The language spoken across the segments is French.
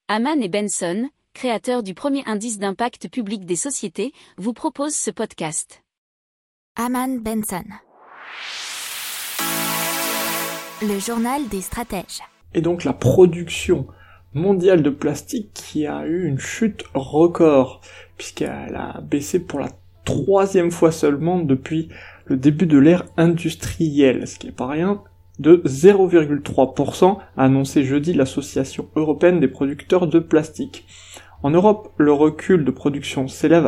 Hamann et Benson, créateurs du premier indice d'impact public des sociétés, vous proposent ce podcast. Hamann Benson, le journal des stratèges. Et donc la production mondiale de plastique qui a eu une chute record, puisqu'elle a baissé pour la 3e fois seulement depuis le début de l'ère industrielle, ce qui n'est pas rien, de 0,3%, a annoncé jeudi l'Association européenne des producteurs de plastique. En Europe, le recul de production s'élève à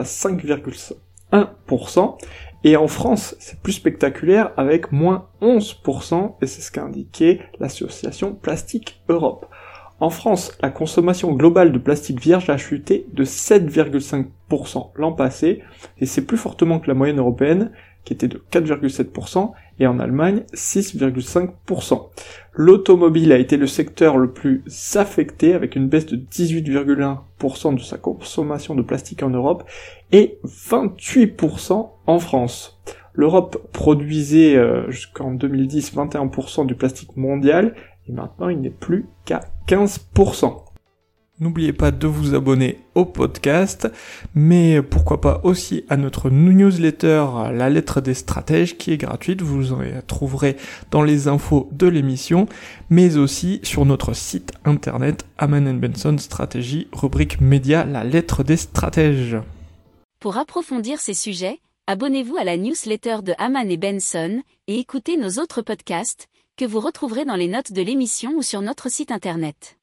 5,1%, et en France, c'est plus spectaculaire avec moins 11%, et c'est ce qu'a indiqué l'association Plastique Europe. En France, la consommation globale de plastique vierge a chuté de 7,5% l'an passé, et c'est plus fortement que la moyenne européenne, qui était de 4,7%, et en Allemagne, 6,5%. L'automobile a été le secteur le plus affecté, avec une baisse de 18,1% de sa consommation de plastique en Europe, et 28% en France. L'Europe produisait jusqu'en 2010 21% du plastique mondial, et maintenant il n'est plus qu'à 15%. N'oubliez pas de vous abonner au podcast, mais pourquoi pas aussi à notre newsletter La Lettre des Stratèges qui est gratuite, vous en trouverez dans les infos de l'émission, mais aussi sur notre site internet Hamann & Benson Stratégie, rubrique média La Lettre des Stratèges. Pour approfondir ces sujets, abonnez-vous à la newsletter de Hamann & Benson et écoutez nos autres podcasts que vous retrouverez dans les notes de l'émission ou sur notre site internet.